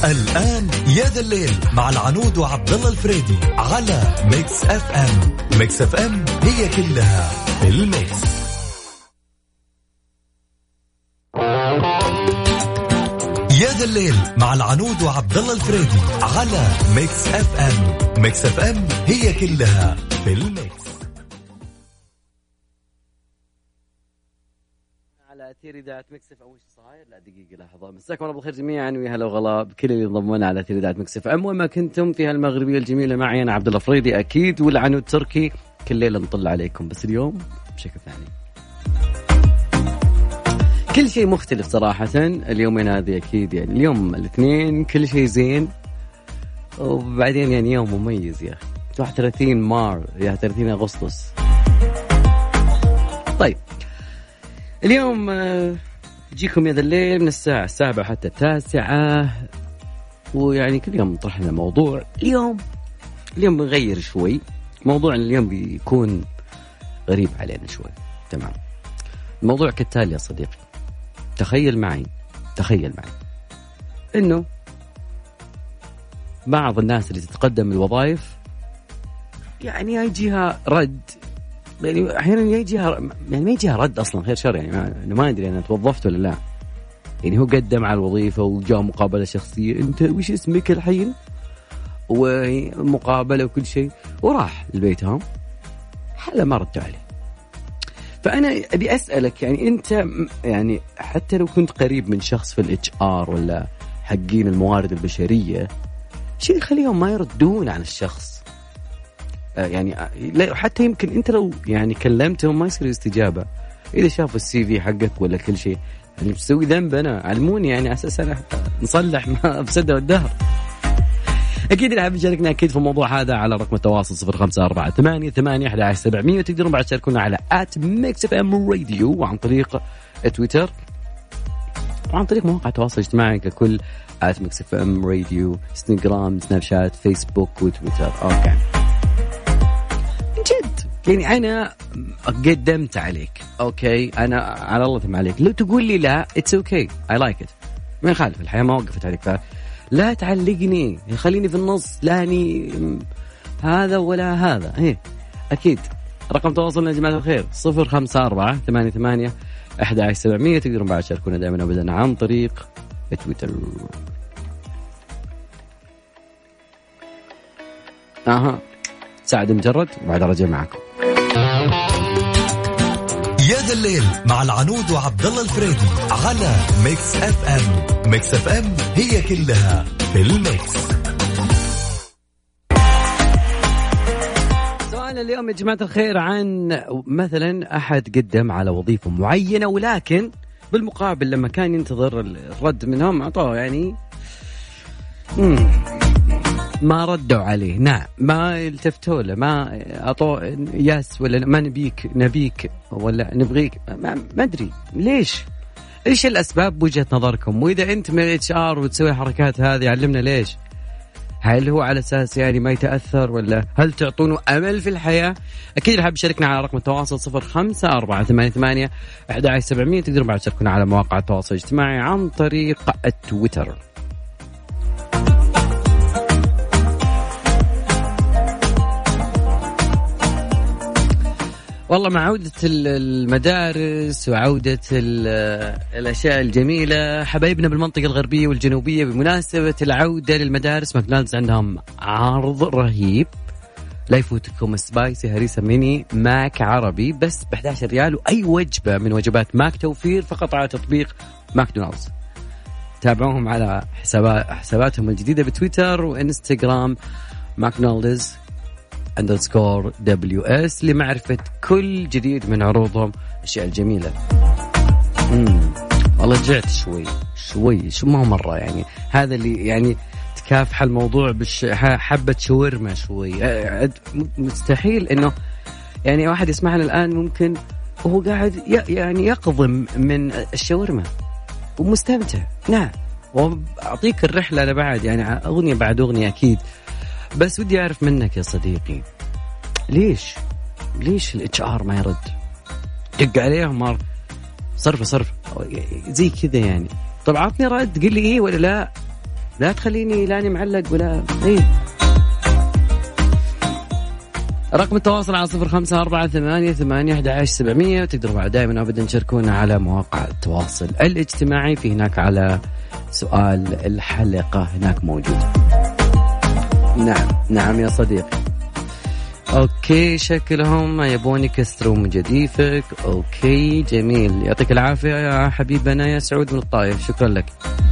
الآن يا ذا الليل مع العنود وعبد الله الفريدي على ميكس اف ام. ميكس اف ام هي كلها الميكس. يا ذا الليل مع العنود وعبد الله الفريدي على ميكس اف ام. ميكس اف ام هي كلها في الميكس. على أثير إذاعة ميكس اف ام. وش صاير؟ لا دقيقة لحظة. مساكم الله بالخير جميعا ويا هلا وغلا بكل اللي انضمونا على أثير إذاعة ميكس اف ام وما كنتم في هالمغربية الجميلة. معي أنا عبد الله الفريدي أكيد والعنود تركي. كل ليلة نطلع عليكم بس اليوم بشكل ثاني. كل شيء مختلف صراحة اليومين هذه أكيد. يعني اليوم الاثنين كل شيء زين وبعدين يعني يوم مميز يا أخي. 31 أغسطس. طيب اليوم يجيكم يا ذا الليل من الساعة 7 حتى 9 ويعني كل يوم نطرح لنا موضوع. اليوم بنغير شوي. موضوع اليوم بيكون غريب علينا شوي. تمام. الموضوع كالتالي يا صديقي. تخيل معي إنه بعض الناس اللي تتقدم الوظائف يعني يجيها رد. يعني أحيانا يجيها يعني ما يجيها رد أصلا خير شر. يعني ما أدري أنا توظفت ولا لا. يعني هو قدم على الوظيفة وجاء مقابلة شخصية. أنت وش اسمك الحين ومقابلة وكل شيء وراح لبيتهم. حلا ما ردوا عليه. فأنا أبي أسألك يعني أنت يعني حتى لو كنت قريب من شخص في الHR ولا حقين الموارد البشرية شيء يخليهم ما يردون على الشخص. يعني حتى يمكن أنت لو يعني كلمتهم ما يصير استجابة. إذا شافوا CV حقك ولا كل شيء يعني بسوي ذنب أنا علموني يعني أساس أنا نصلح ما بسده الدهر. أكيد اللي حاب يشاركنا أكيد في الموضوع هذا على رقم التواصل 0548811700 وتقدرون بعد تشاركونا على @mixfmradio وعن طريق تويتر وعن طريق مواقع التواصل الاجتماعي ككل @mixfmradio انستغرام سناب شات فيسبوك وتويتر. أوكي جد يعني أنا قدمت عليك أوكي أنا على الله ثم عليك. لو تقول لي لا it's okay I like it ما يخالف الحياة ما وقفت عليك. لا تعلقني خليني في النص لاني هذا ولا هذا. إيه أكيد رقم تواصلنا يا جماعة الخير 0548811700 تقدرون بعد تشاركونا دائما أبدا عن طريق تويتر. سعد مجرد وبعد رجع معكم. يا ذا الليل مع العنود وعبد الله الفريدي على ميكس اف ام. ميكس اف ام هي كلها في الميكس. سؤال اليوم يا جماعة الخير عن مثلا أحد قدم على وظيفة معينة ولكن بالمقابل لما كان ينتظر الرد منهم أعطوه يعني ما ردوا عليه. نعم ما التفتوا له ما أعطوه ياس ولا ما نبيك ولا نبغيك ما أدري ليش. إيش الأسباب بوجهة نظركم؟ وإذا أنت من HR وتسوي حركات هذه علمنا ليش. هل هو على أساس يعني ما يتأثر ولا هل تعطونه أمل في الحياة؟ أكيد اللي حاب يشاركنا على رقم التواصل 0548811700 تقدرون بعد تشاركونا على مواقع التواصل الاجتماعي عن طريق التويتر. والله مع عودة المدارس وعودة الأشياء الجميلة حبايبنا بالمنطقة الغربية والجنوبية بمناسبة العودة للمدارس ماكدونالدز عندهم عرض رهيب لا يفوتكم. سبايسي هريسة ميني ماك عربي بس ب11 ريال وأي وجبة من وجبات ماك توفير فقط على تطبيق ماكدونالدز. تابعوهم على حساباتهم الجديدة بتويتر وإنستغرام ماكدونالدز _WS لمعرفة كل جديد من عروضهم الأشياء الجميلة. والله جعت شوي شو ما مرة يعني هذا اللي يعني تكافح الموضوع حبة شاورما شوي. مستحيل إنه يعني واحد يسمعنا الآن ممكن وهو قاعد يعني يقضم من الشاورما ومستمتع. نعم وأعطيك الرحلة أنا بعد يعني أغنية بعد أغنية أكيد. بس ودي أعرف منك يا صديقي ليش الHR ما يرد؟ دق عليهم مر صرف زي كذا يعني. طب عطني رد قل لي إيه ولا لا. لا تخليني لاني معلق ولا رقم التواصل على 0548811700. وتقدروا دائما أبدا تشاركونا على مواقع التواصل الاجتماعي. في هناك على سؤال الحلقة هناك موجود. نعم يا صديقي. أوكي شكلهم يبون يكسروا من جديفك. أوكي جميل يعطيك العافية يا حبيبنا يا سعود من الطائف. شكرا لك.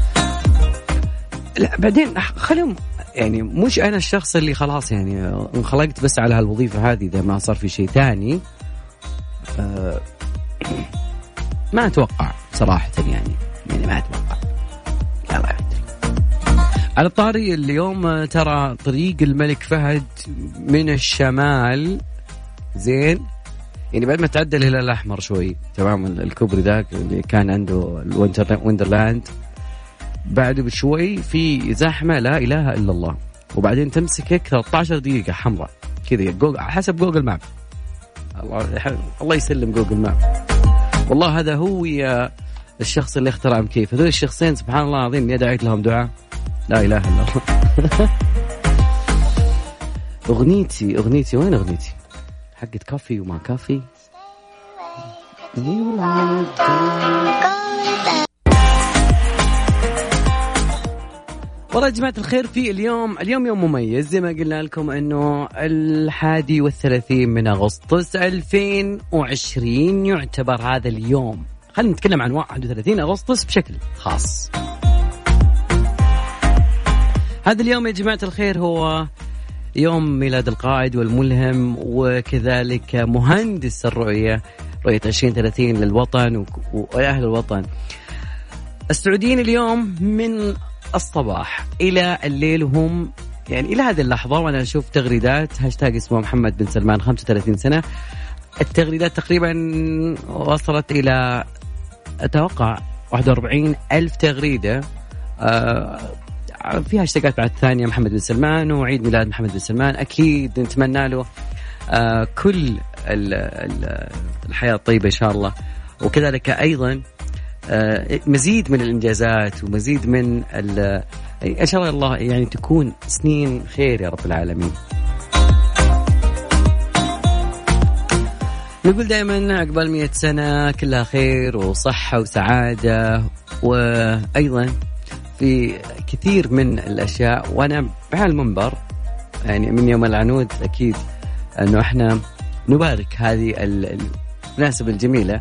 لا بعدين خليهم يعني مش أنا الشخص اللي خلاص يعني انخلقت بس على هالوظيفة هذه إذا ما صار في شيء تاني. ما أتوقع صراحة يعني ما أتوقع. يلا على الطاري اليوم ترى طريق الملك فهد من الشمال زين يعني بعد ما تعدى الهلال الأحمر شوي تمام الكوبري ذاك اللي كان عنده الويندرلاند بعده بشوي في زحمة لا إله إلا الله. وبعدين تمسكك 13 دقيقة حمراء كذا حسب جوجل ماب. الله يسلم جوجل ماب. والله هذا هو الشخص اللي اخترع مكيف. هذول الشخصين سبحان الله العظيم يا دعيت لهم دعاء لا إله إلا الله. أغنيتي وين أغنيتي حقت كافي وما كافي. والله يا جماعة الخير في اليوم يوم مميز زي ما قلنا لكم أنه 31 من أغسطس 2020 يعتبر هذا اليوم. خلينا نتكلم عن 31 أغسطس بشكل خاص. هذا اليوم يا جماعة الخير هو يوم ميلاد القائد والملهم وكذلك مهندس رؤية 2030 للوطن وأهل الوطن. السعوديين اليوم من الصباح إلى الليل هم يعني إلى هذه اللحظة وأنا أشوف تغريدات هاشتاج اسمه محمد بن سلمان 35 سنة. التغريدات تقريبا وصلت إلى أتوقع 41,000 تغريدة. فيها هاشتاجات بعد ثانية محمد بن سلمان وعيد ميلاد محمد بن سلمان. أكيد نتمنى له كل الحياة الطيبة إن شاء الله. وكذلك أيضا مزيد من الإنجازات ومزيد من إن شاء الله يعني تكون سنين خير يا رب العالمين. نقول دائما عقبال 100 سنة كلها خير وصحة وسعادة. وأيضا في كثير من الأشياء وأنا بهالمنبر يعني من يوم العنود أكيد أنه إحنا نبارك هذه المناسبة الجميلة.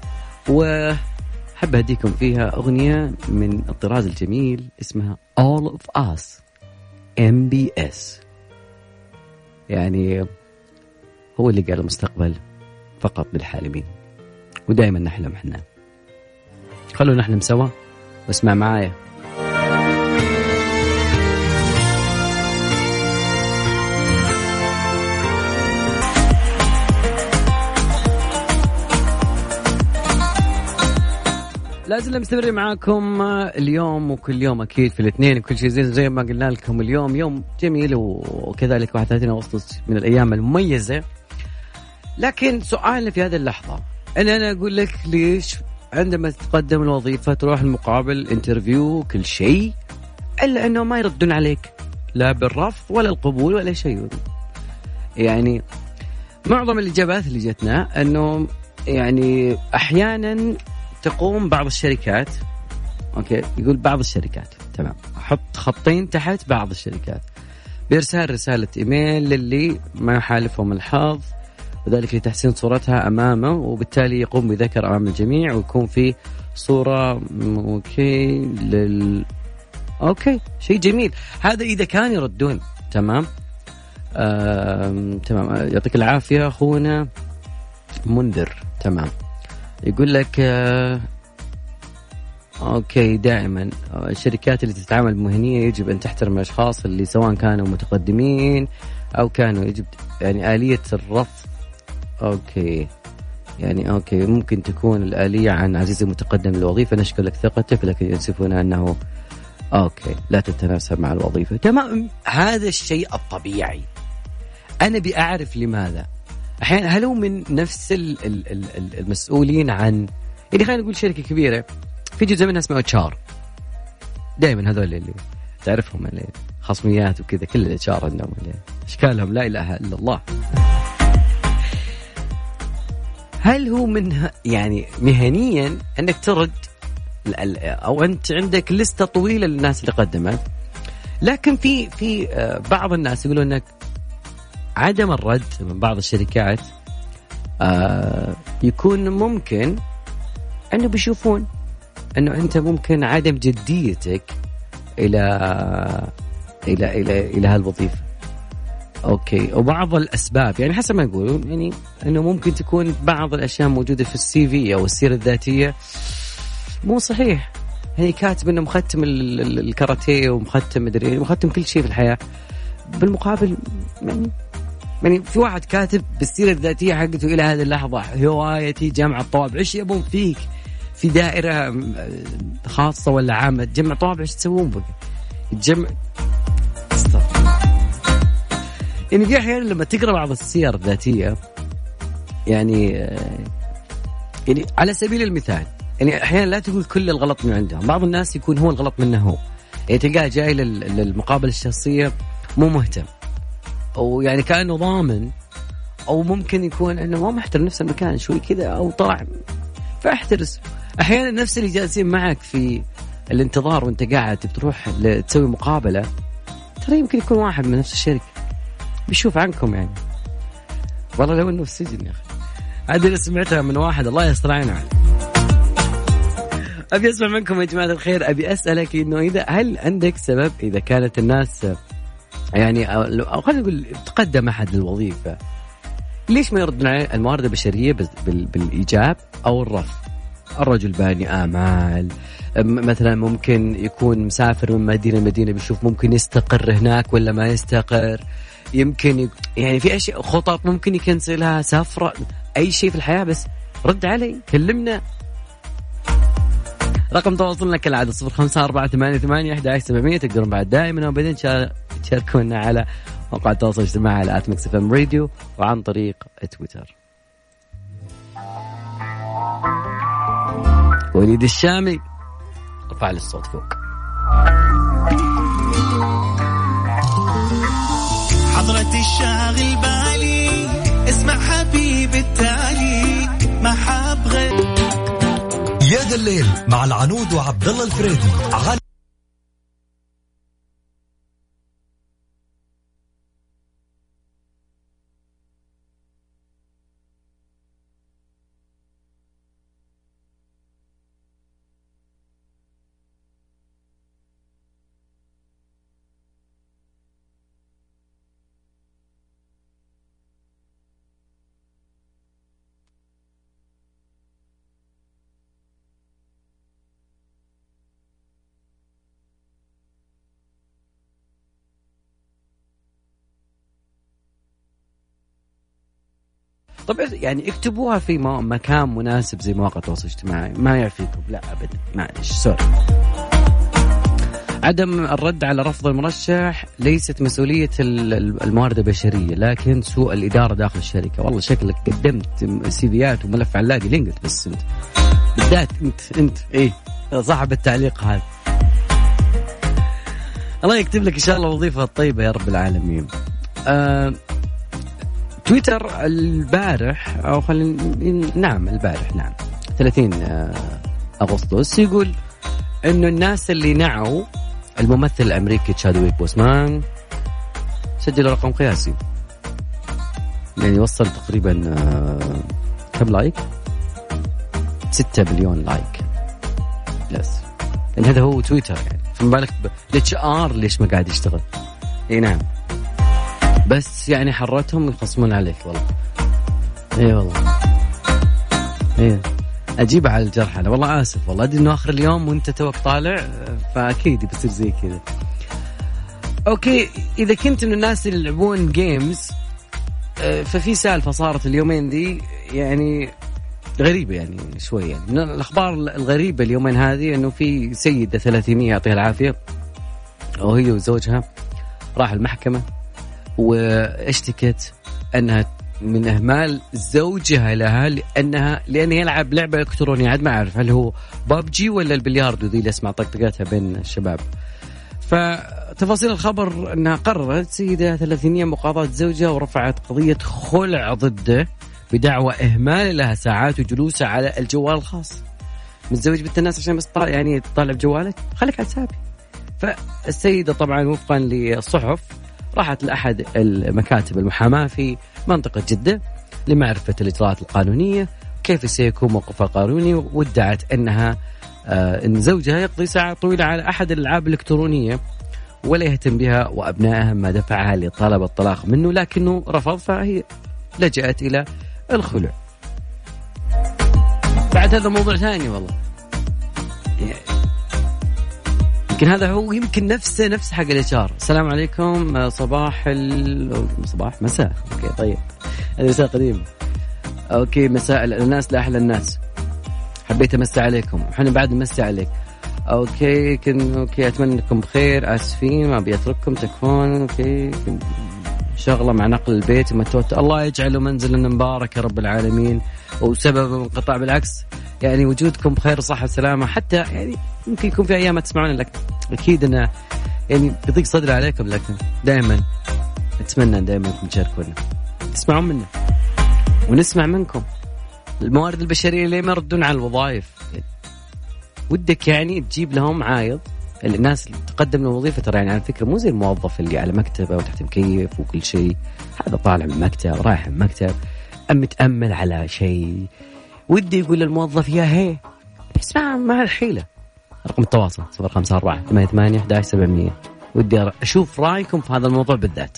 وحب أهديكم فيها أغنية من الطراز الجميل اسمها All of Us MBS. يعني هو اللي قال المستقبل فقط للحالمين ودائما نحلم احنا. خلونا نحلم سوا واسمع معايا. لازم مستمر معاكم اليوم وكل يوم أكيد في الاثنين وكل شيء زي ما قلنا لكم. اليوم يوم جميل وكذلك 31 أغسطس من الأيام المميزة. لكن سؤال في هذه اللحظة أنا أقول لك ليش عندما تقدم الوظيفة تروح المقابل انترفيو كل شيء إلا أنه ما يردون عليك لا بالرفض ولا القبول ولا شيء. يعني معظم الإجابات اللي جتنا أنه يعني أحيانا تقوم بعض الشركات أوكي يقول بعض الشركات تمام أحط خطين تحت بعض الشركات بإرسال رسالة إيميل للي ما يحالفهم الحظ وذلك لتحسين صورتها أمامه وبالتالي يقوم بذكر أمام الجميع ويكون في صورة أوكي أوكي شيء جميل. هذا إذا كان يردون تمام. تمام يعطيك العافية أخونا منذر. تمام يقول لك أوكي دائما الشركات اللي تتعامل بمهنية يجب أن تحترم الأشخاص اللي سواء كانوا متقدمين أو كانوا يجب يعني آلية الرفض. أوكي يعني أوكي ممكن تكون الآلية عن عزيزي المتقدم للوظيفة نشكر لك ثقتك لكن ينسفون أنه أوكي لا تتناسب مع الوظيفة. تمام هذا الشيء الطبيعي. أنا بأعرف لماذا. أحيانا هل هو من نفس المسؤولين عن يعني خلينا نقول شركة كبيرة في جزء منها اسمه HR دائما هذول اللي تعرفهم اللي خصميات وكذا، كل الاتش ار عندهم اشكالهم لا اله الا الله. هل هو من يعني مهنيا انك ترد او انت عندك لستة طويلة للناس اللي قدمت، لكن في بعض الناس يقولون انك عدم الرد من بعض الشركات يكون ممكن انه بيشوفون انه انت ممكن عدم جديتك الى هالوظيفة. اوكي، وبعض الاسباب يعني حسب ما يقولون يعني انه ممكن تكون بعض الاشياء موجودة في السي في او السيرة الذاتية مو صحيح. يعني كاتب انه مختم الكاراتيه ومختم مدري مختم كل شيء في الحياة، بالمقابل يعني في واحد كاتب بالسيرة الذاتية حقته إلى هذه اللحظة هوايتي جمع الطوابع. إيش يبون فيك في دائرة خاصة ولا عامة تجمع طوابع؟ إيش تسوون بك تجمع؟ يعني في أحيانا لما تقرأ بعض السير الذاتية يعني على سبيل المثال يعني أحيانا لا تقول كل الغلط من عندهم، بعض الناس يكون هو الغلط منه هو. يعني تلقاه جاي للمقابلة الشخصية مو مهتم، أو يعني كأنه ضامن، أو ممكن يكون أنه ما محترم نفس المكان شوي كذا أو طلع. فاحترس. أحيانا نفس اللي جالسين معك في الانتظار وانت قاعد تروح تسوي مقابلة، ترى يمكن يكون واحد من نفس الشركة بيشوف عنكم يعني. والله لو أنه في السجن يا أخي. هذه اللي سمعتها من واحد الله يستر عينه عليه. أبي أسمع منكم يا جماعة الخير. أبي أسألك إنه هل عندك سبب إذا كانت الناس يعني أو خلينا نقول تقدم أحد للوظيفة، ليش ما يردون عليه الموارد البشرية بالإيجاب أو الرفض؟ الرجل باني آمال مثلا، ممكن يكون مسافر من مدينة لمدينة بيشوف ممكن يستقر هناك ولا ما يستقر، يمكن يعني في أشياء خطط ممكن يكنسلها، سفرة، أي شيء في الحياة. بس رد علي، كلمنا. رقم تواصلنا كالعادة 0548811700. تقدرون بعد دائما وبعدين تشاركونا على موقع التواصل الاجتماعي على @mixfmradio وعن طريق تويتر. وليد الشامي ارفع لي الصوت فوق. حضرتي الشاغل بالي، اسمع حبيب التالي، ما حابغي يا ذا الليل مع العنود وعبد الله الفريدي على طب يعني اكتبوها في مكان مناسب زي مواقع التواصل الاجتماعي، ما يعفيكم. لا أبدا، معلش سوري. عدم الرد على رفض المرشح ليست مسؤولية الموارد البشرية، لكن سوء الإدارة داخل الشركة. والله شكلك قدمت سيفيات وملف علاقي لينكد، بس انت بالذات انت ايه صاحب التعليق هذا. الله يكتب لك ان شاء الله وظيفة طيبة يا رب العالمين. تويتر البارح أو البارح 30 أغسطس يقول إنه الناس اللي نعوا الممثل الأمريكي تشادويك بوسمان سجلوا رقم قياسي، يعني وصل تقريبا كم لايك؟ 6 مليون لايك بس. يعني هذا هو تويتر، يعني فما بالك الHR ليش ما قاعد يشتغل؟ اي نعم، بس يعني حرتهم يخصمون عليك. والله اي والله اي اجيب على الجرح انا. والله اسف، والله ادري انه اخر اليوم وانت توك طالع، فاكيد بتصير زي كذا. اوكي، اذا كنت من الناس اللي يلعبون جيمز، ففي سالفه صارت اليومين دي يعني غريبه، يعني شويه يعني من الاخبار الغريبه اليومين هذه، انه في سيده 300 يعطيها العافيه وهي وزوجها راح المحكمه واشتكت أنها من إهمال زوجها لها لأنه يلعب لعبة إلكترونية. عاد ما أعرف هل هو بابجي ولا البلياردو ذي اللي أسمع طقطقاتها بين الشباب. فتفاصيل الخبر أنها قررت سيدة 30 مقاضاة زوجها ورفعت قضية خلع ضده بدعوى إهمال لها ساعات وجلوسها على الجوال الخاص. متزوج بنت الناس عشان بس يعني تطالع بجوالك، خليك على حسابي. فالسيدة طبعا وفقا للصحف راحت لأحد المكاتب المحاماة في منطقة جدة لمعرفة الإجراءات القانونية كيف سيكون موقفها القانوني، وادعت أنها أن زوجها يقضي ساعات طويلة على أحد الألعاب الإلكترونية ولا يهتم بها، وأبنائها ما دفعها لطلب الطلاق منه لكنه رفض، فهي لجأت إلى الخلع. بعد هذا موضوع ثاني والله، يمكن هذا هو يمكن نفس حق الإشارة. السلام عليكم، صباح مساء. أوكي طيب هذا مساء قديم. أوكي مساء الناس لأحلى الناس، حبيت أمسي عليكم وحنا بعد نمسي عليك. أوكي أوكي أتمنى أنكم بخير، آسفين ما بيترككم تكفون. أوكي شغلة مع نقل البيت ومتوت، الله يجعله منزلا مبارك يا رب العالمين، وسبب انقطاع بالعكس يعني وجودكم بخير وصحة وسلامة. حتى يعني ممكن يكون في أيام ما تسمعون لك أكيد أنا يعني بضيق صدري عليكم، لكن دائما أتمنى دائما أنكم تشاركونا، تسمعون منا ونسمع منكم. الموارد البشرية اللي ما يردون على الوظائف، ودك يعني تجيب لهم عايض. الناس اللي تقدم للوظيفة ترى يعني على فكرة مو زي الموظف اللي على مكتبه وتحت مكيف وكل شيء، هذا طالع من مكتب رايح من مكتب متأمل على شيء. ودي يقول للموظف يا هي بس ما هالحيلة. رقم التواصل 0548811700. ودي أشوف رأيكم في هذا الموضوع بالذات.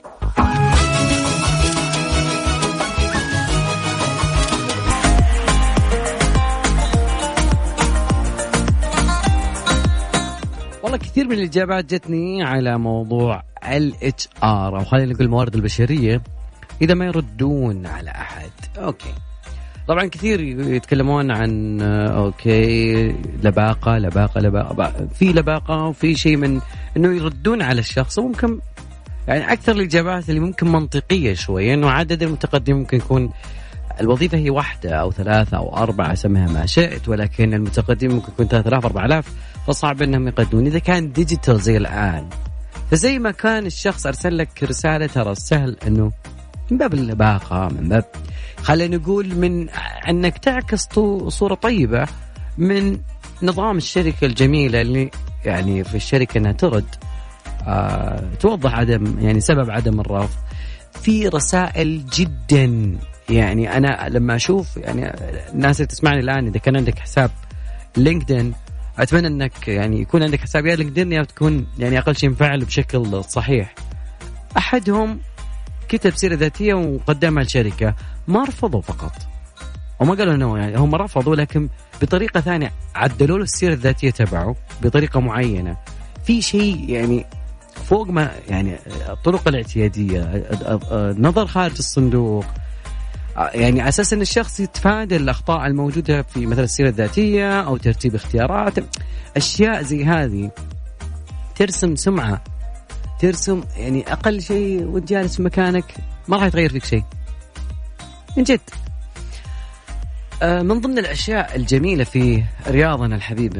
والله كثير من الإجابات جتني على موضوع الHR أو خلينا نقول الموارد البشرية إذا ما يردون على أحد. أوكي طبعا كثير يتكلمون عن أوكي لباقة في لباقة وفي شيء من إنه يردون على الشخص. وممكن يعني أكثر الإجابات اللي ممكن منطقية شوية إنه عدد المتقدمين ممكن يكون الوظيفة هي 1 أو 3 أو 4 سميها ما شئت، ولكن المتقدمين ممكن يكون 3000 4000، فصعب إنهم يقدمون إذا كان ديجيتال زي الآن. فزي ما كان الشخص أرسل لك رسالة ترى سهل إنه من باب اللباقة، من باب خلينا نقول من أنك تعكس صورة طيبة من نظام الشركة الجميلة اللي يعني في الشركة أنها ترد توضح عدم يعني سبب عدم الرفض في رسائل جدا. يعني أنا لما أشوف يعني الناس اللي تسمعني الآن إذا كان عندك حساب لينكدين أتمنى أنك يعني يكون عندك حساب يا لينكدين يا تكون يعني أقل شيء مفعل بشكل صحيح. أحدهم كتب سيرة ذاتية وقدمها للشركة، ما رفضوا فقط وما قالوا أنه يعني هم رفضوا، لكن بطريقة ثانية عدلوا له السيرة الذاتية تبعه بطريقة معينة في شيء يعني فوق ما يعني الطرق الاعتيادية، نظر خارج الصندوق، يعني أساس أن الشخص يتفادى الأخطاء الموجودة في مثل السيرة الذاتية أو ترتيب اختيارات. أشياء زي هذه ترسم سمعة، ترسم يعني أقل شيء وانت جالس في مكانك ما راح يتغير فيك شيء من جد. من ضمن الأشياء الجميلة في رياضنا الحبيبة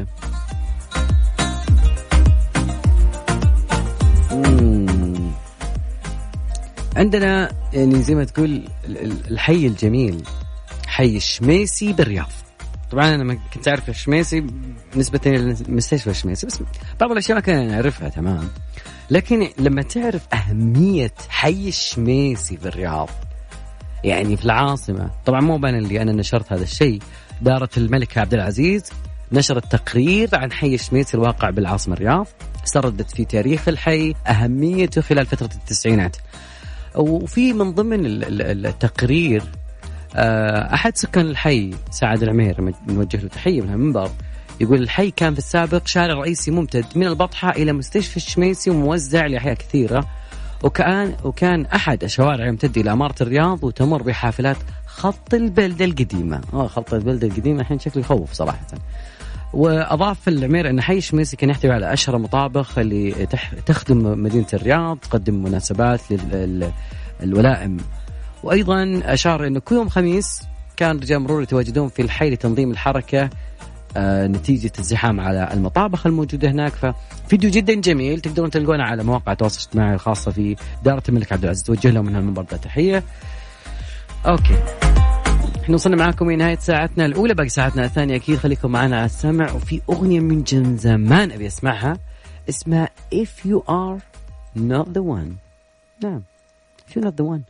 عندنا يعني زي ما تقول الحي الجميل حي الشميسي بالرياض. طبعا أنا ما كنت أعرف الشميسي نسبة لمستشفى الشميسي، بس بعض الأشياء ما كان أعرفها تمام، لكن لما تعرف أهمية حي الشميسي بالرياض يعني في العاصمة. طبعا مو بأنا اللي أنا نشرت هذا الشيء، دارة الملك عبد العزيز نشرت تقرير عن حي الشميسي الواقع بالعاصمة الرياض، سردت في تاريخ الحي أهميته خلال فترة التسعينات. وفي من ضمن التقرير أحد سكان الحي سعد العمير نوجه له تحية من المنبر، يقول الحي كان في السابق شارع رئيسي ممتد من البطحة إلى مستشفى الشميسي وموزع لأحياء كثيرة، وكان أحد الشوارع يمتد إلى أمارة الرياض وتمر بحافلات خط البلدة القديمة. خط البلدة القديمة الحين شكله يخوف صراحة. وأضاف العمير أن حي الشميسي كان يحتوي على أشهر مطابخ اللي تخدم مدينة الرياض، تقدم مناسبات للولائم. وأيضا أشار أنه كل يوم خميس كان رجال مرور يتواجدون في الحي لتنظيم الحركة نتيجة الزحام على المطابخ الموجودة هناك. ففيديو جدا جميل تقدرون تلقونه على مواقع التواصل الاجتماعي الخاصة في دارة الملك عبد العزيز. توجه لهم من هالمنبر تحية. أوكي، احنا وصلنا معاكم لنهاية ساعتنا الأولى، باقي ساعتنا الثانية أكيد. خليكم معنا على السمع، وفي أغنية من زمان أبي أسمعها اسمها If You Are Not The One. نعم، If You're Not The One.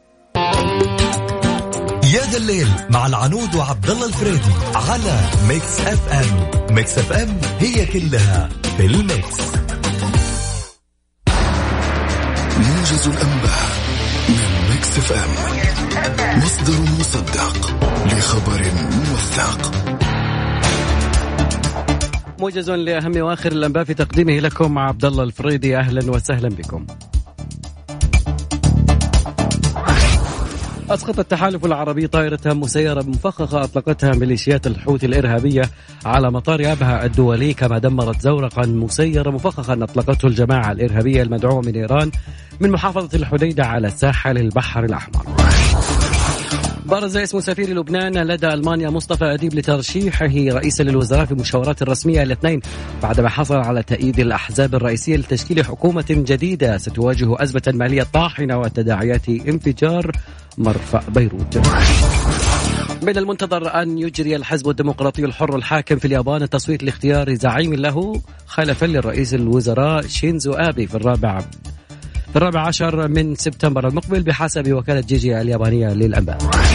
يا ذا الليل مع العنود وعبد الله الفريدي على ميكس اف ام. ميكس اف ام هي كلها في الميكس. موجز الأنباء من ميكس اف ام، مصدر مصدق لخبر موثق. موجز لأهم وآخر الأنباء في تقديمه لكم مع عبد الله الفريدي. أهلا وسهلا بكم. أسقط التحالف العربي طائرة مسيرة مفخخة أطلقتها ميليشيات الحوثي الإرهابية على مطار أبها الدولي، كما دمرت زورقا مسيرة مفخخا أطلقته الجماعة الإرهابية المدعومة من إيران من محافظة الحديدة على ساحل البحر الأحمر. برز اسم سفير لبنان لدى ألمانيا مصطفى أديب لترشيحه رئيسا للوزراء في المشاورات الرسمية الاثنين، بعدما حصل على تأييد الأحزاب الرئيسية لتشكيل حكومة جديدة ستواجه أزمة مالية طاحنة وتداعيات انفجار مرفأ بيروت. من المنتظر أن يجري الحزب الديمقراطي الحر الحاكم في اليابان التصويت لاختيار زعيم له خلفا للرئيس الوزراء شينزو آبي في الرابع عشر من سبتمبر المقبل بحسب وكالة جيجي اليابانية للأنباء.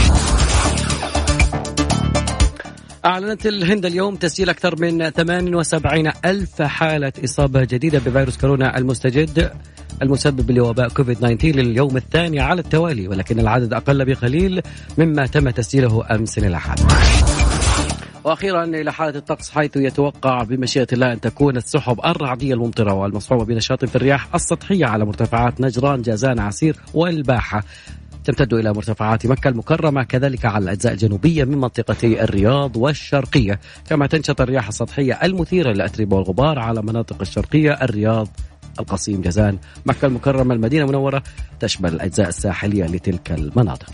أعلنت الهند اليوم تسجيل أكثر من 78 ألف حالة إصابة جديدة بفيروس كورونا المستجد المسبب لوباء كوفيد-19 لليوم الثاني على التوالي، ولكن العدد أقل بقليل مما تم تسجيله أمس الأحد. وأخيرا إلى حالة الطقس، حيث يتوقع بمشيئة الله أن تكون السحب الرعدية الممطرة والمصحوبة بنشاط في الرياح السطحية على مرتفعات نجران، جازان، عسير والباحة تمتد إلى مرتفعات مكة المكرمة، كذلك على الأجزاء الجنوبية من منطقتي الرياض والشرقية، كما تنشط الرياح السطحية المثيرة للأتربة والغبار على مناطق الشرقية، الرياض، القصيم، جازان، مكة المكرمة، المدينة المنورة، تشمل الأجزاء الساحلية لتلك المناطق.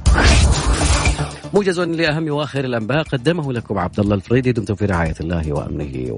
موجز لأهم وآخر الأنباء قدمه لكم عبد الله الفريدي. دمتم في رعاية الله وأمنه.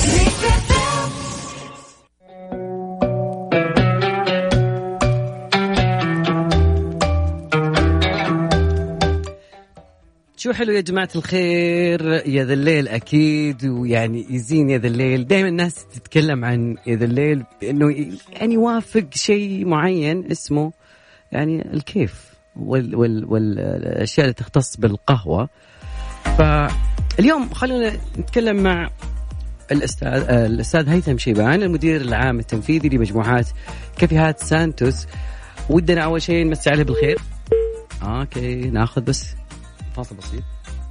شو حلو يا جماعة الخير يا ذا الليل أكيد، ويعني يزين يا ذا الليل. دائما الناس تتكلم عن يا ذا الليل إنه يعني يوافق شيء معين اسمه يعني الكيف والأشياء اللي تختص بالقهوة. فاليوم خلونا نتكلم مع الأستاذ هيثم شيبان، المدير العام التنفيذي لمجموعات كافيهات سانتوس. ودنا أول شيء نمسي عليه بالخير. أوكي، ناخذ بس فاصل بسيط.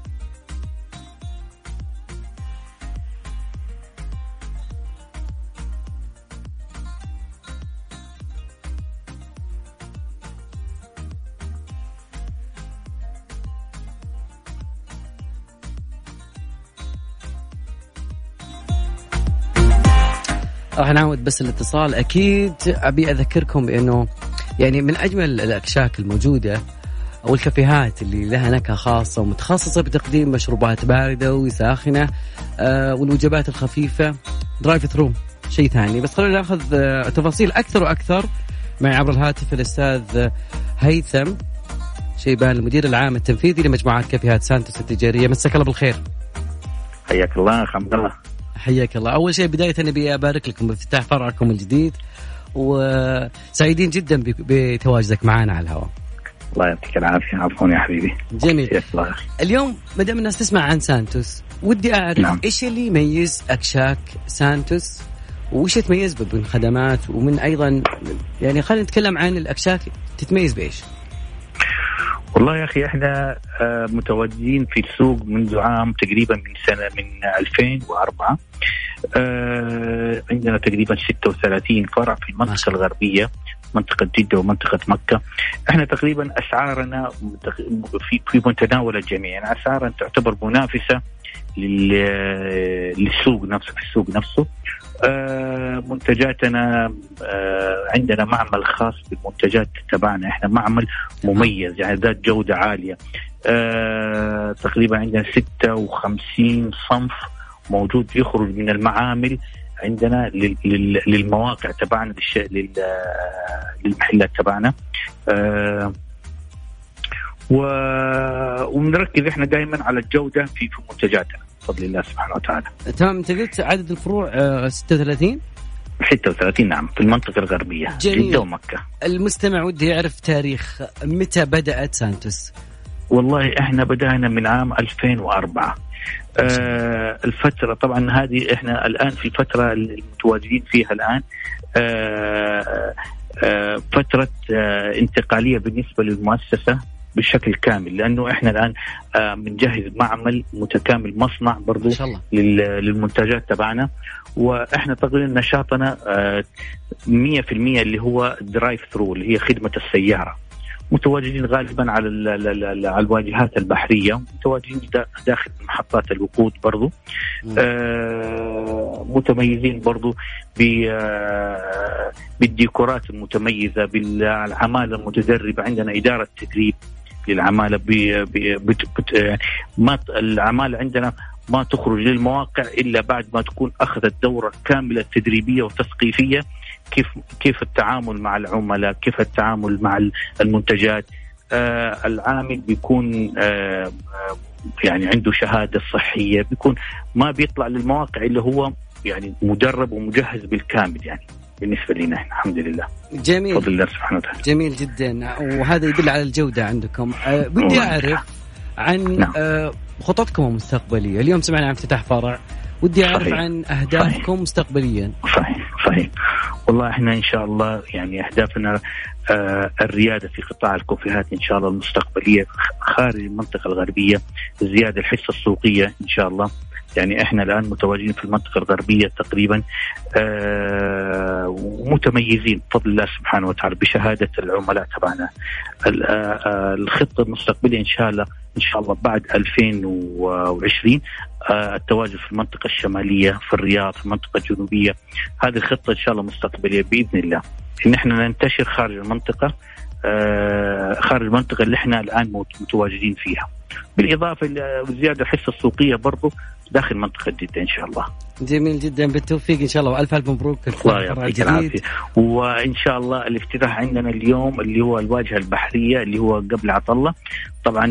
راح نعود بس الاتصال. أكيد أبي أذكركم بأنه يعني من أجمل الأكشاك الموجودة أو الكافيهات اللي لها نكهة خاصة ومتخصصة بتقديم مشروبات باردة وساخنة والوجبات الخفيفة، درايف ثرو شيء ثاني. بس خلونا نأخذ تفاصيل أكثر وأكثر معي عبر الهاتف الأستاذ هيثم شيبان، المدير العام التنفيذي لمجموعات كافيهات سانتوس التجارية. مساك الله بالخير. حياك الله. الحمد لله. حياك الله. أول شيء بداية نبي أبارك لكم بافتتاح فرعكم الجديد، وسعيدين جدا بتواجدك معنا على الهواء. الله يعطيك العافية. عفوا يا حبيبي. جميل. اليوم مدام الناس تسمع عن سانتوس، ودي أعرف نعم. إيش اللي يميز أكشاك سانتوس، وإيش تميز من خدمات، ومن أيضا يعني خلينا نتكلم عن الأكشاك تتميز بإيش؟ والله يا أخي إحنا متواجدين في السوق منذ عام تقريبا من 2004. عندنا تقريبا 36 فرع في المنطقة الغربية، منطقة جدة ومنطقة مكة. احنا تقريبا أسعارنا في متناول الجميع، يعني أسعارنا تعتبر منافسة للسوق نفسه. في السوق نفسه منتجاتنا عندنا معمل خاص بالمنتجات تبعنا. احنا معمل مميز يعني ذات جودة عالية. تقريبا عندنا 56 صنف موجود يخرج من المعامل عندنا للمواقع تبعنا للمحلات تبعنا. ونركز احنا دائما على الجودة في منتجاتنا بفضل الله سبحانه وتعالى. تمام. انت قلت عدد الفروع 36 نعم في المنطقة الغربية جدة ومكة. المستمع ودي يعرف تاريخ متى بدأت سانتوس؟ والله احنا بدأنا من عام 2004. الفترة طبعا هذه احنا الآن في الفترة المتواجدين فيها الآن فترة انتقالية بالنسبة للمؤسسة بشكل كامل، لأنه إحنا الآن بنجهز معمل متكامل، مصنع برضو للمنتجات تبعنا. وإحنا تقريبا نشاطنا 100% اللي هو درايف ثرو اللي هي خدمة السيارة. متواجدين غالبا على الواجهات البحرية، متواجدين داخل محطات الوقود برضو. متميزين برضو بالديكورات المتميزة، بالعمالة المتدربة. عندنا إدارة تدريب للعمالة. العمالة عندنا ما تخرج للمواقع إلا بعد ما تكون أخذت دورة كاملة تدريبية وتثقيفية، كيف التعامل مع العملاء، كيف التعامل مع المنتجات. العامل بيكون يعني عنده شهادة صحية، بيكون ما بيطلع للمواقع اللي هو يعني مدرب ومجهز بالكامل. يعني بالنسبة لنا الحمد لله. جميل. بفضل الله سبحانه وتعالى. جميل جدا، وهذا يدل على الجودة عندكم. بدي أعرف عن خططكم المستقبلية. اليوم سمعنا عن افتتاح فرع، ودي أعرف عن أهدافكم مستقبليا. صحيح. والله احنا ان شاء الله يعني اهدافنا الريادة في قطاع الكوفيهات ان شاء الله المستقبلية خارج المنطقة الغربية، زيادة الحصة السوقية ان شاء الله. يعني احنا الان متواجدين في المنطقة الغربية تقريبا ومتميزين بفضل الله سبحانه وتعالى بشهادة العملاء تبعنا. الخطة المستقبلية ان شاء الله بعد 2020 التواجد في المنطقة الشمالية، في الرياض، في المنطقة الجنوبية. هذه الخطة إن شاء الله مستقبلية بإذن الله، إن إحنا ننتشر خارج المنطقة اللي إحنا الآن متواجدين فيها، بالإضافة لزيادة الحصة السوقية برضو داخل منطقة جدة إن شاء الله. جميل جدا، بالتوفيق إن شاء الله، وألف مبروك. الله يعطيك العافية. وإن شاء الله الافتتاح عندنا اليوم اللي هو الواجهة البحرية اللي هو قبل عطلة، طبعا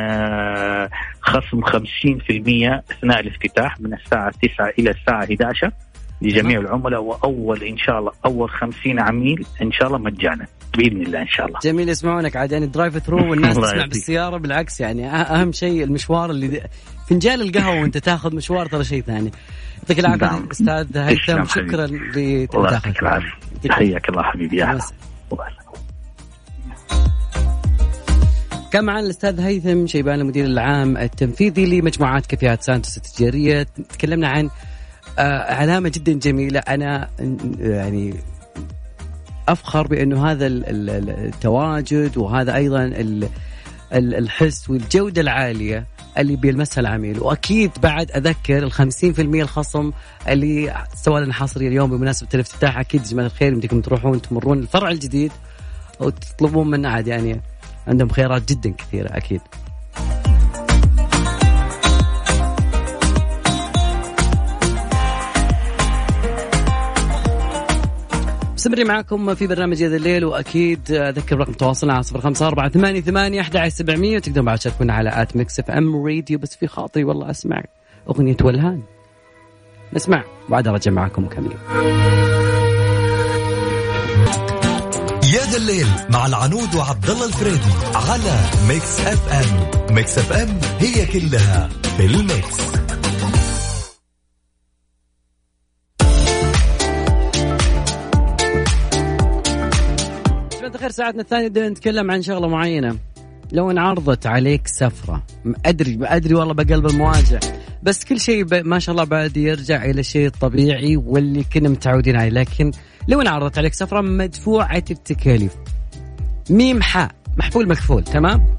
خصم 50% أثناء الافتتاح من الساعة 9 إلى الساعة 11 لجميع العملاء، وأول إن شاء الله أول 50 عميل إن شاء الله مجانا بإذن الله إن شاء الله. جميل، يسمعونك عاد يعني درايف ثرو والناس تسمع بالسيارة، بالعكس يعني أهم شيء المشوار اللي فنجان القهوة وأنت تاخذ مشوار ترى شيء ثاني. يعطيك العافية أستاذ هيثم، شكرا لتدخلك. حياك الله حبيبي. كان معنا الأستاذ هيثم شيبان المدير العام التنفيذي لمجموعات كافيهات سانتوس التجارية. تكلمنا عن علامة جدا جميلة. أنا يعني أفخر بأنه هذا التواجد وهذا أيضا الحس والجودة العالية اللي بيلمسها العميل. وأكيد بعد أذكر 50% الخصم اللي سوى لنا حصري اليوم بمناسبة الافتتاح. أكيد جماعة الخير بدكم تروحون تمرون الفرع الجديد وتطلبون من عاد، يعني عندهم خيارات جدا كثيرة أكيد. مستمرين معكم في برنامج هذا الليل، وأكيد أذكر رقم تواصلنا على 0548811700، وتقدرون بعد تشاركونا على @mixfmradio. بس في خاطري والله أسمع أغنية ولهان، نسمع بعد رجع معكم مكملين. يا ذا الليل مع العنود وعبد الله الفريدي على ميكس اف ام. ميكس اف ام هي كلها في الميكس. آخر ساعتنا الثانية بدنا نتكلم عن شغلة معينة. لو انعرضت عليك سفرة، أدري والله بقلب المواجع، بس كل شيء ما شاء الله بعد يرجع إلى شيء طبيعي واللي كنا متعودين عليه. لكن لو انعرضت عليك سفرة مدفوعة التكاليف، ميم حاء محفول مكفول، تمام،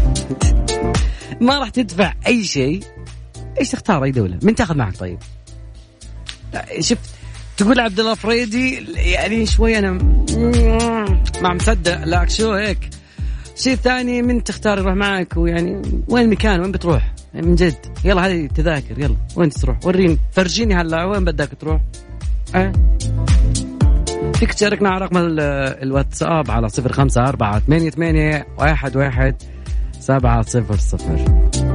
ما راح تدفع أي شيء، إيش تختار؟ أي دولة؟ من تاخذ معك؟ طيب شفت تقول عبد الله فريدي يعني شوي أنا ما مصدق، لا شو هيك شيء ثاني من تختار يروح معك، ويعني وين المكان وين بتروح يعني من جد. يلا هذه تذاكر، يلا وين تروح وريني فرجيني هلا وين بدك تروح. فيك تشاركنا على رقم الواتساب على 0548811700.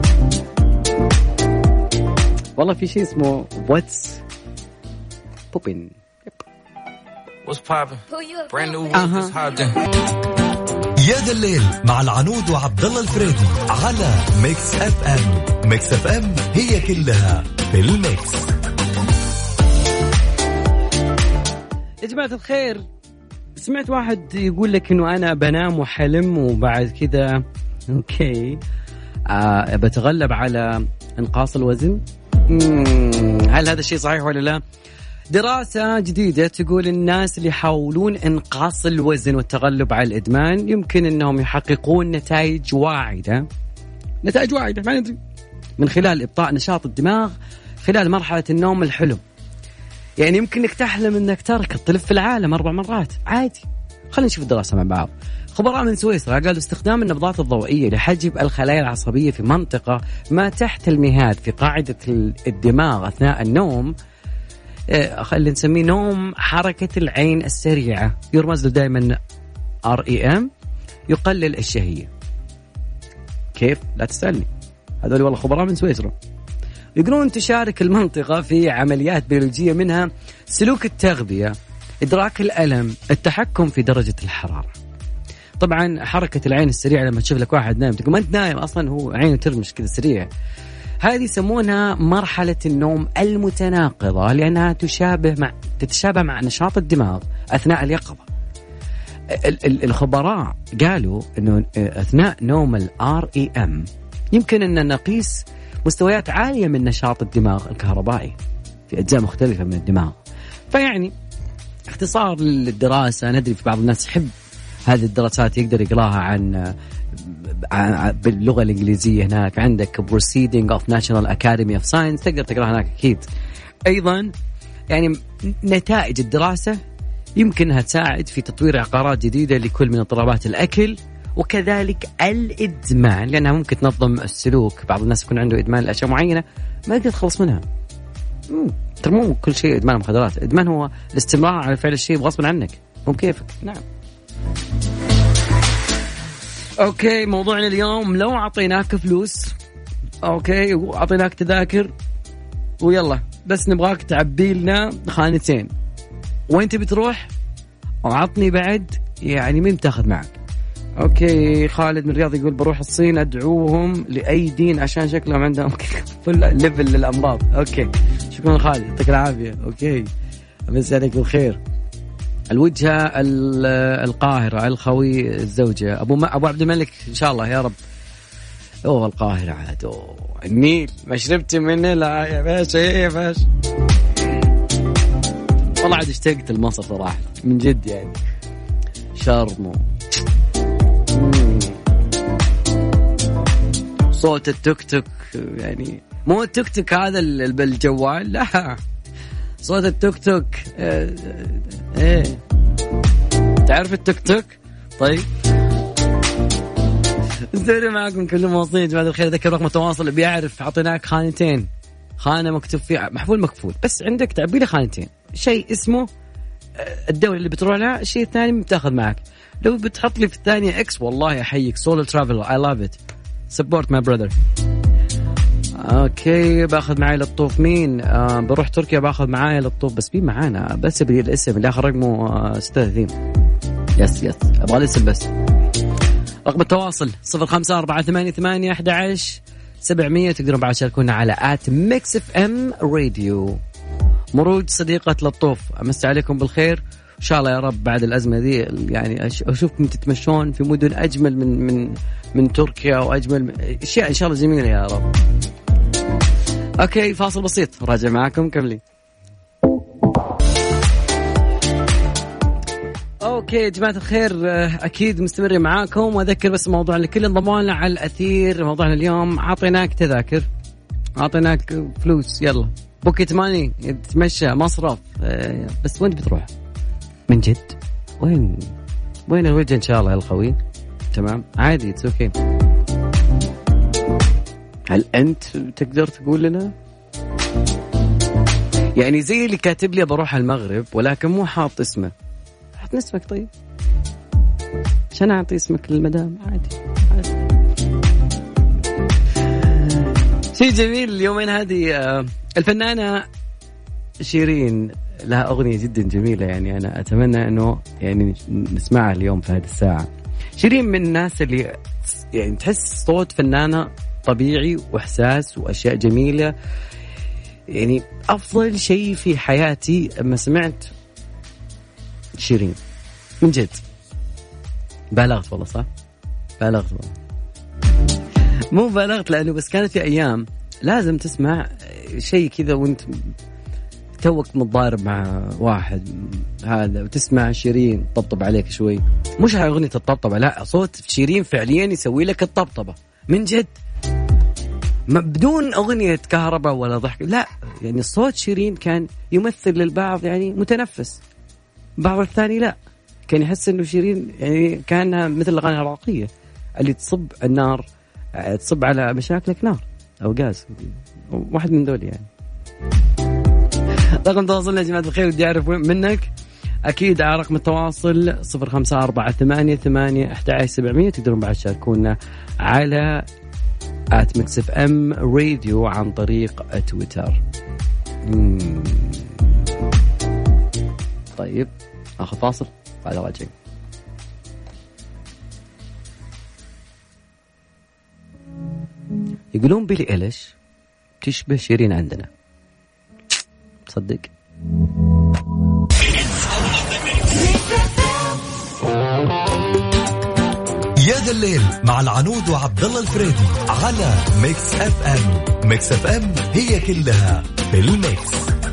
والله في شيء اسمه واتس بوبين. What's poppin'? Brand new just hopped in. يا ذا الليل مع العنود وعبد الله الفريدي على ميكس اف ام. ميكس اف ام هي كلها في الميكس. يا جماعة الخير، سمعت واحد يقول لك انه انا بنام وحلم وبعد كذا اوكي بتغلب على انقاص الوزن. هل هذا الشيء صحيح ولا لا؟ دراسة جديدة تقول الناس اللي يحاولون انقاص الوزن والتغلب على الإدمان يمكن أنهم يحققون نتائج واعدة ما ندري من خلال إبطاء نشاط الدماغ خلال مرحلة النوم الحلم. يعني يمكن أنك تحلم أنك تركض تلف في العالم 4 مرات عادي. خلينا نشوف الدراسة مع بعض. خبراء من سويسرا قالوا استخدام النبضات الضوئية لحجب الخلايا العصبية في منطقة ما تحت المهاد في قاعدة الدماغ أثناء النوم، خلينا نسميه نوم حركة العين السريعة، يرمز له دائما REM، يقلل الشهية. كيف؟ لا تسألني، هذول والله خبراء من سويسرا. يقولون تشارك المنطقة في عمليات بيولوجية منها سلوك التغذية، إدراك الألم، التحكم في درجة الحرارة. طبعا حركة العين السريعة لما تشوف لك واحد نايم تقول ما أنت نايم أصلا، هو عينه ترمش كذا سريع. هذه يسمونها مرحلة النوم المتناقضة لأنها تتشابه مع نشاط الدماغ أثناء اليقظة. الخبراء قالوا أنه أثناء نوم REM يمكن أن نقيس مستويات عالية من نشاط الدماغ الكهربائي في أجزاء مختلفة من الدماغ. فيعني اختصار للدراسة، ندري في بعض الناس يحب هذه الدراسات يقدر يقراها عن باللغة الإنجليزية. هناك عندك Proceeding of National Academy of Science تقدر تقراها هناك أكيد. أيضا يعني نتائج الدراسة يمكنها تساعد في تطوير عقارات جديدة لكل من اضطرابات الأكل وكذلك الإدمان، لأنها ممكن تنظم السلوك. بعض الناس يكون عنده إدمان لأشياء معينة ما يقدر يتخلص منها. ترى مو كل شيء إدمان مخدرات، إدمان هو الاستمرار على فعل الشيء بغصب عنك مو بكيفك. نعم. اوكي، موضوعنا اليوم لو اعطيناك فلوس اوكي واعطيناك تذاكر ويلا بس نبغاك تعبي لنا خانتين، وين تبي تروح؟ وعطني بعد يعني مين تاخذ معك. اوكي، خالد من الرياض يقول بروح الصين ادعوهم لاي دين عشان شكلهم عندهم فل ليفل للانباط. اوكي شكرا خالد، يعطيك العافيه. اوكي امسي عليك بالخير. الوجهة القاهرة الخوي الزوجة أبو عبد الملك إن شاء الله يا رب. أوه القاهرة عاد النيل ما شربت منه لا يا باشا يا باشا. والله عاد اشتقت لمصر صراحة من جد يعني. شرم صوت التوك توك، يعني مو التوك توك هذا بالجوال، لا صوت التوك توك. ايه تعرف التوك توك؟ طيب نستمر معكم كل مواصلين يا جماعة الخير. ذكر رقم التواصل اللي بيعرف أعطيناك خانتين، خانة مكتوب فيها محفول مكفول، بس عندك تعبي لي خانتين. شيء اسمه الدولة اللي بتروح لها، الشيء الثاني بتاخذ معك. لو بتحط لي في الثانية اكس والله احييك. سولو ترافل I love it, support my brother. اوكي باخذ معي للطوف مين؟ بروح تركيا باخذ معي للطوف، بس مين معانا؟ بس ابي الاسم اللي اخر رقمه 36. يس ابغى الاسم بس. رقم التواصل 0548811700. تقدرون بعد تشاركونا على @mixfmradio. مروج صديقة للطوف، امس عليكم بالخير ان شاء الله يا رب. بعد الازمه دي يعني اشوفكم تتمشون في مدن اجمل من تركيا واجمل اشياء ان شاء الله جميله يا رب. اوكي فاصل بسيط راجع معاكم كملي. اوكي يا جماعه الخير اكيد مستمرين معاكم، واذكر بس موضوع لكل انضموا لنا على الاثير. موضوعنا اليوم اعطيناك تذاكر، اعطيناك فلوس، يلا بوكيت ماني تتمشى مصرف، بس وين بتروح من جد؟ وين الوجه ان شاء الله يا الخوي؟ تمام عادي اتس اوكي. هل أنت تقدر تقول لنا يعني زي اللي كاتب لي بروح المغرب ولكن مو حاط اسمه، حط اسمك طيب عشان أعطي اسمك للمدام عادي. شيء جميل اليومين هذه الفنانة شيرين لها أغنية جدا جميلة، يعني أنا أتمنى أنه يعني نسمعها اليوم في هذه الساعة. شيرين من الناس اللي يعني تحس صوت فنانة طبيعي وإحساس وأشياء جميلة. يعني أفضل شيء في حياتي أما سمعت شيرين من جد. بالغت والله صح؟ بالغت والله. مو بالغت لأنه بس كانت في أيام لازم تسمع شيء كذا وانت توك متضارب مع واحد هذا وتسمع شيرين طبطب عليك شوي. مش هاي أغنية الطبطبة، لا صوت شيرين فعليا يسوي لك الطبطبة من جد، بدون أغنية كهرباء ولا ضحك. لا يعني صوت شيرين كان يمثل للبعض يعني متنفس، بعض الثاني لا كان يحس إنه شيرين يعني كانها مثل الأغاني العراقية اللي تصب النار، تصب على مشاكلك نار أو غاز، واحد من دول يعني. رقم تواصلنا يا جماعة الخير ودي أعرف منك أكيد على رقم التواصل 0548811700. تقدرون بعد تشاركونا على @mixfm radio عن طريق تويتر. طيب أخذ فاصل بعد راجعين. يقولون بيلي إيليش تشبه شيرين عندنا، تصدق؟ يا ذا الليل مع العنود وعبد الله الفريدي على ميكس اف ام. ميكس اف ام هي كلها في الميكس.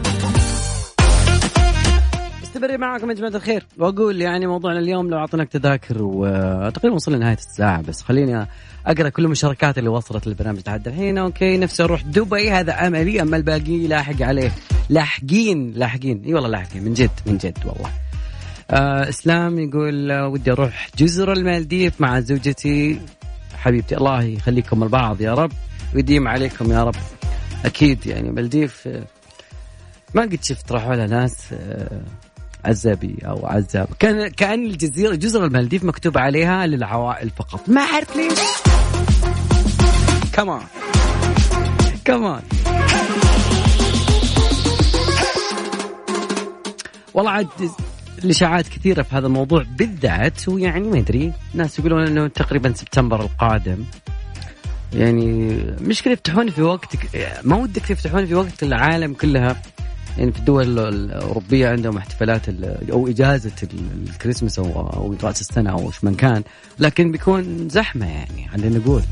استمر معكم يا جماعة الخير واقول يعني موضوعنا اليوم لو اعطيناك تذاكر وتقريبا وصلنا لنهاية الساعة، بس خليني اقرا كل المشاركات اللي وصلت للبرنامج لحد الحين. اوكي نفسي اروح دبي هذا املي، اما الباقي لاحق عليه. لاحقين اي والله لاحقين من جد والله. اسلام يقول ودي اروح جزر المالديف مع زوجتي حبيبتي، الله يخليكم البعض يا رب ويديم عليكم يا رب. اكيد يعني مالديف ما قد شفت راحوا لها ناس عزابي او عزاب، كان الجزيره جزر المالديف مكتوب عليها للعوائل فقط، ما اعرف ليش. كمان والله عاد الإشاعات كثيرة في هذا الموضوع بالذات، ويعني ما أدري ناس يقولون إنه تقريبا سبتمبر القادم. يعني مشكلة يفتحون في وقت ما ودك تفتحون في وقت العالم كلها، يعني في الدول الأوروبية عندهم احتفالات أو إجازة الكريسماس أو رأس السنة أو إيش من كان، لكن بيكون زحمة يعني خلينا نقول.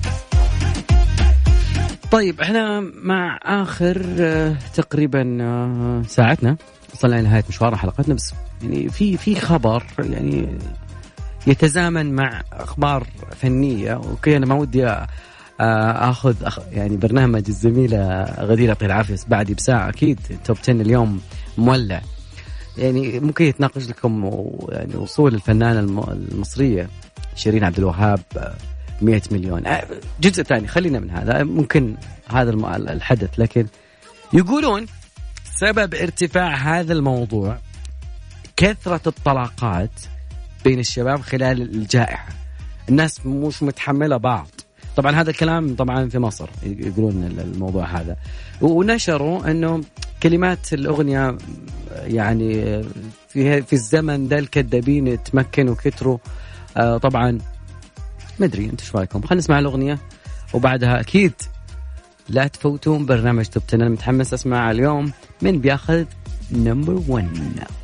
طيب احنا مع آخر تقريبا ساعتنا، وصلنا لنهاية مشوار حلقتنا، بس يعني في خبر يعني يتزامن مع أخبار فنية. أوكي أنا ما ودي أخذ يعني برنامج الزميلة غدير يعطيها العافية بعدي بساعة، أكيد توب 10 اليوم مولع، يعني ممكن يتناقش لكم يعني وصول الفنانة المصرية شيرين عبد الوهاب 100 مليون. جزء ثاني خلينا من هذا، ممكن هذا الحدث، لكن يقولون سبب ارتفاع هذا الموضوع كثرة الطلاقات بين الشباب خلال الجائحة، الناس مش متحملة بعض. طبعا هذا الكلام طبعا في مصر يقولون الموضوع هذا، ونشروا انه كلمات الأغنية يعني في الزمن ذا الكذابين تمكنوا وكتروا. طبعا ما ادري انتم ايش رايكم، خلينا نسمع الأغنية وبعدها اكيد لا تفوتون برنامج توب 10. انا متحمس اسمع اليوم من بياخذ نمبر 1.